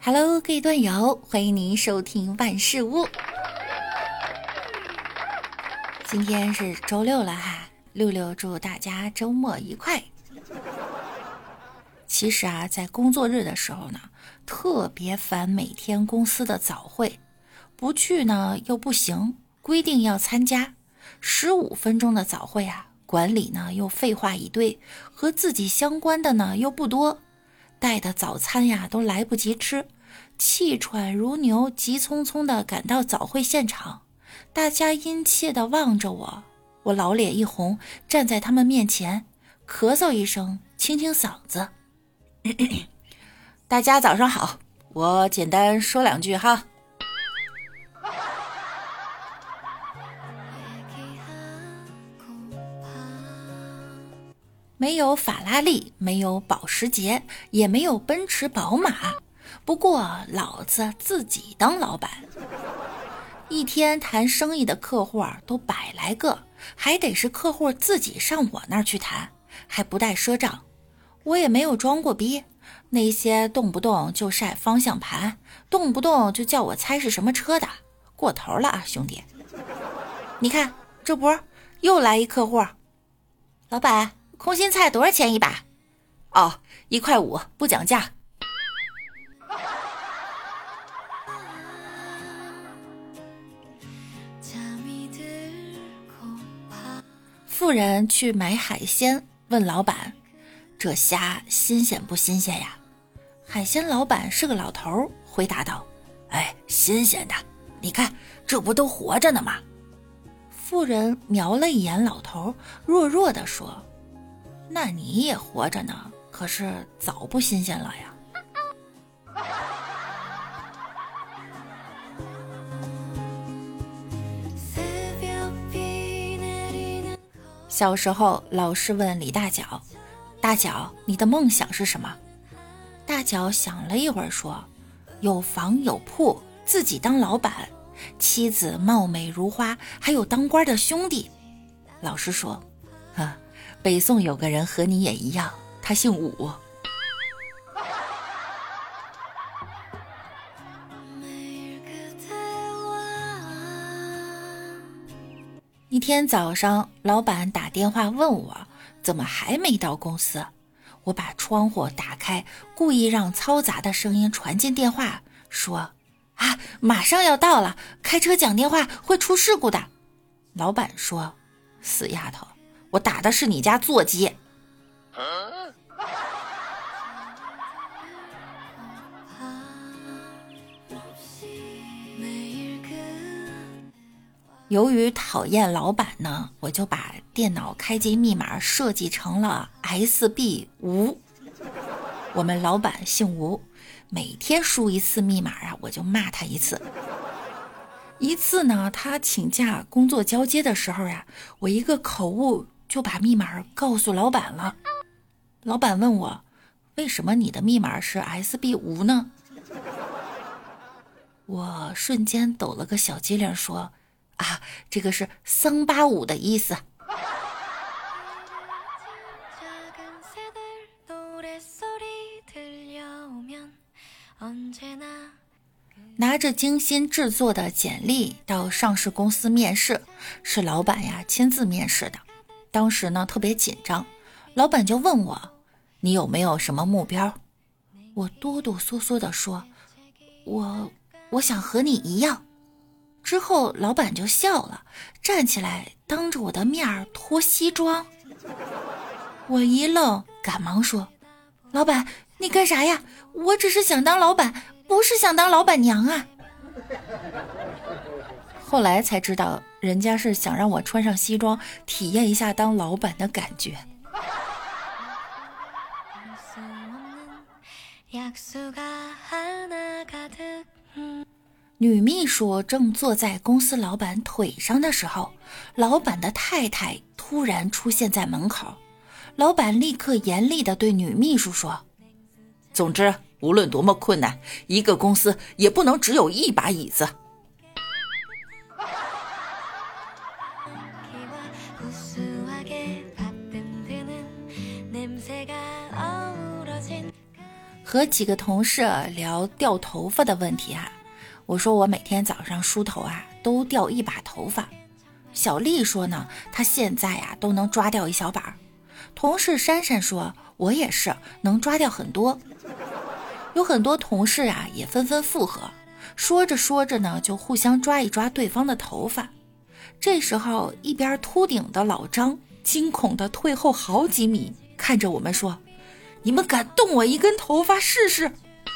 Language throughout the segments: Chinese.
Hello， 各位段友，欢迎您收听万事屋。今天是周六了哈，六六祝大家周末愉快。其实啊，在工作日的时候呢，特别烦每天公司的早会，不去呢又不行，规定要参加。15分钟的早会啊，管理呢又废话一堆，和自己相关的呢又不多，带的早餐呀都来不及吃，气喘如牛，急匆匆地赶到早会现场。大家殷切地望着我，我老脸一红，站在他们面前，咳嗽一声，清清嗓子。大家早上好，我简单说两句哈。没有法拉利，没有保时捷，也没有奔驰宝马，不过老子自己当老板。一天谈生意的客户都100来个，还得是客户自己上我那儿去谈，还不带赊账。我也没有装过逼，那些动不动就晒方向盘，动不动就叫我猜是什么车的，过头了啊，兄弟。你看这不又来一客户，老板，空心菜多少钱一把？哦，1块5，不讲价。富人去买海鲜，问老板，这虾新鲜不新鲜呀？海鲜老板是个老头，回答道，新鲜的，你看这不都活着呢吗？富人瞄了一眼老头，弱弱地说，那你也活着呢，可是早不新鲜了呀。小时候老师问李大脚，大脚，你的梦想是什么？大脚想了一会儿说，有房有铺，自己当老板，妻子貌美如花，还有当官的兄弟。老师说，北宋有个人和你也一样，他姓武。一天早上，老板打电话问我怎么还没到公司。我把窗户打开，故意让嘈杂的声音传进电话，说，马上要到了，开车讲电话会出事故的。老板说，死丫头，我打的是你家座机。由于讨厌老板呢，我就把电脑开机密码设计成了 SB 吴。我们老板姓吴，每天输一次密码我就骂他一次。一次呢，他请假工作交接的时候我一个口误就把密码告诉老板了。老板问我，为什么你的密码是 SB 吴呢？我瞬间抖了个小机灵说，这个是桑巴舞的意思。拿着精心制作的简历到上市公司面试，是老板亲自面试的。当时呢特别紧张，老板就问我，你有没有什么目标？我哆哆嗦嗦地说，我想和你一样。之后老板就笑了，站起来当着我的面脱西装。我一愣，赶忙说，老板你干啥呀？我只是想当老板，不是想当老板娘啊。后来才知道，人家是想让我穿上西装，体验一下当老板的感觉。女秘书正坐在公司老板腿上的时候，老板的太太突然出现在门口。老板立刻严厉地对女秘书说，总之无论多么困难，一个公司也不能只有一把椅子。 和几个同事聊掉头发的问题我说我每天早上梳头都掉一把头发。小丽说呢，她现在都能抓掉一小把。同事珊珊说，我也是能抓掉很多。有很多同事也纷纷附和，说着说着呢，就互相抓一抓对方的头发。这时候一边秃顶的老张惊恐地退后好几米，看着我们说，你们敢动我一根头发试试？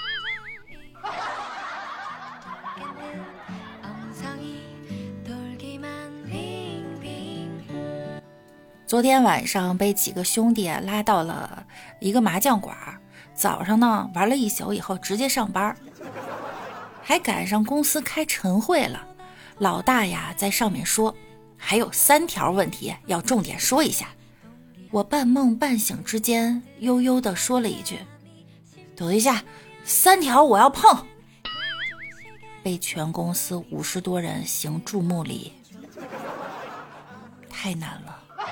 昨天晚上被几个兄弟拉到了一个麻将馆，早上呢玩了一宿以后直接上班，还赶上公司开晨会了。老大在上面说，还有3条问题要重点说一下。我半梦半醒之间悠悠地说了一句，等一下，3条我要碰。被全公司50多人行注目礼，太难了。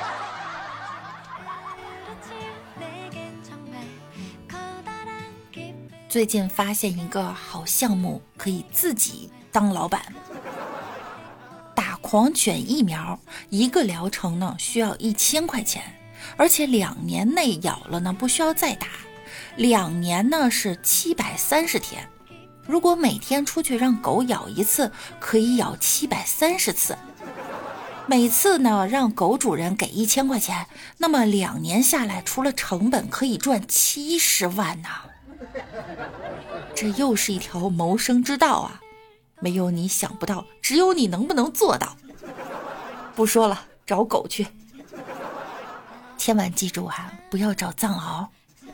最近发现一个好项目，可以自己当老板。打狂犬疫苗，一个疗程呢需要1000块钱，而且2年内咬了呢不需要再打，2年呢是730天。如果每天出去让狗咬一次，可以咬730次。每次呢让狗主人给1000块钱，那么2年下来，除了成本可以赚70万呢。这又是一条谋生之道没有你想不到，只有你能不能做到。不说了，找狗去。千万记住不要找藏獒。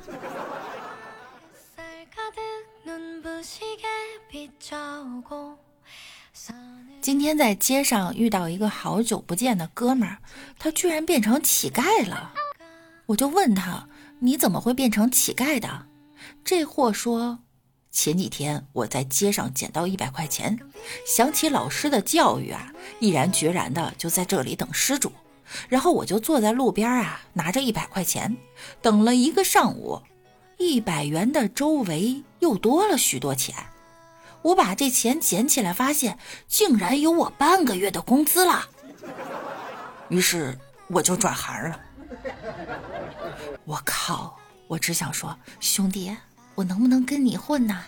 今天在街上遇到一个好久不见的哥们儿，他居然变成乞丐了。我就问他，你怎么会变成乞丐的？这货说，前几天我在街上捡到100块钱，想起老师的教育毅然决然的就在这里等施主。然后我就坐在路边拿着100块钱，等了1个上午，100元的周围又多了许多钱。我把这钱捡起来，发现竟然有我半个月的工资了。于是我就转行了。我靠，我只想说，兄弟，我能不能跟你混呢？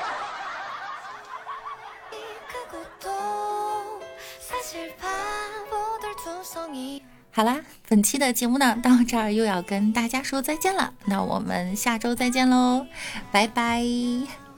好啦，本期的节目呢到这儿又要跟大家说再见了，那我们下周再见喽，拜拜。